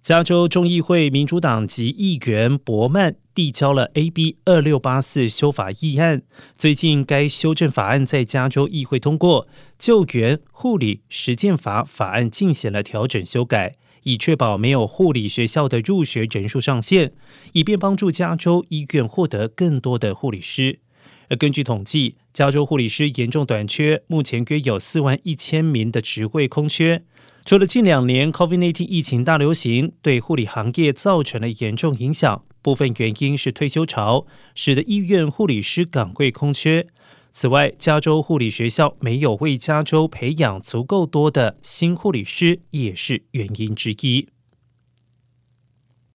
加州众议会民主党籍议员伯曼递交了 AB 2684修法议案，最近该修正法案在加州议会通过，救援护理实践法法案进行了调整修改，以确保没有护理学校的入学人数上限，以便帮助加州医院获得更多的护理师。而根据统计，加州护理师严重短缺，目前约有41000名的职位空缺。除了近2年 COVID-19 疫情大流行对护理行业造成了严重影响，部分原因是退休潮，使得医院护理师岗位空缺。此外，加州护理学校没有为加州培养足够多的新护理师，也是原因之一。